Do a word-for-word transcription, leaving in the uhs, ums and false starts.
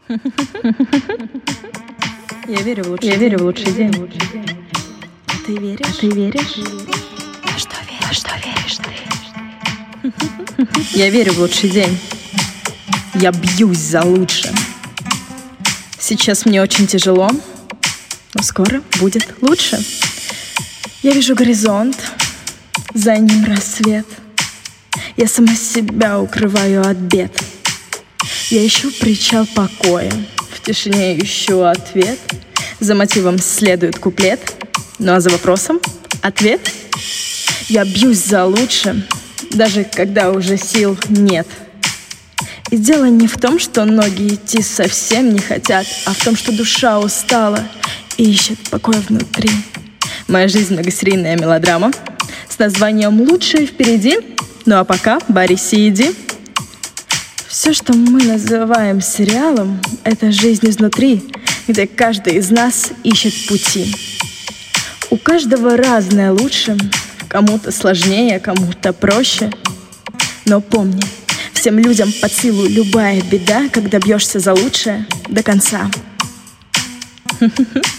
Я верю в лучший Я день. верю в лучший день. А ты веришь? А ты веришь? А что веришь? А что веришь ты? Я верю в лучший день. Я бьюсь за лучшее. Сейчас мне очень тяжело, но скоро будет лучше. Я вижу горизонт, за ним рассвет. Я сама себя укрываю от бед. Я ищу причал покоя, в тишине ищу ответ. За мотивом следует куплет, ну а за вопросом ответ. Я бьюсь за лучшее, даже когда уже сил нет. И дело не в том, что ноги идти совсем не хотят, а в том, что душа устала и ищет покой внутри. Моя жизнь многосерийная мелодрама с названием «Лучшее впереди». Ну а пока борись и иди. Все, что мы называем сериалом, это жизнь изнутри, где каждый из нас ищет пути. У каждого разное лучше, кому-то сложнее, кому-то проще. Но помни, всем людям под силу любая беда, когда бьешься за лучшее до конца.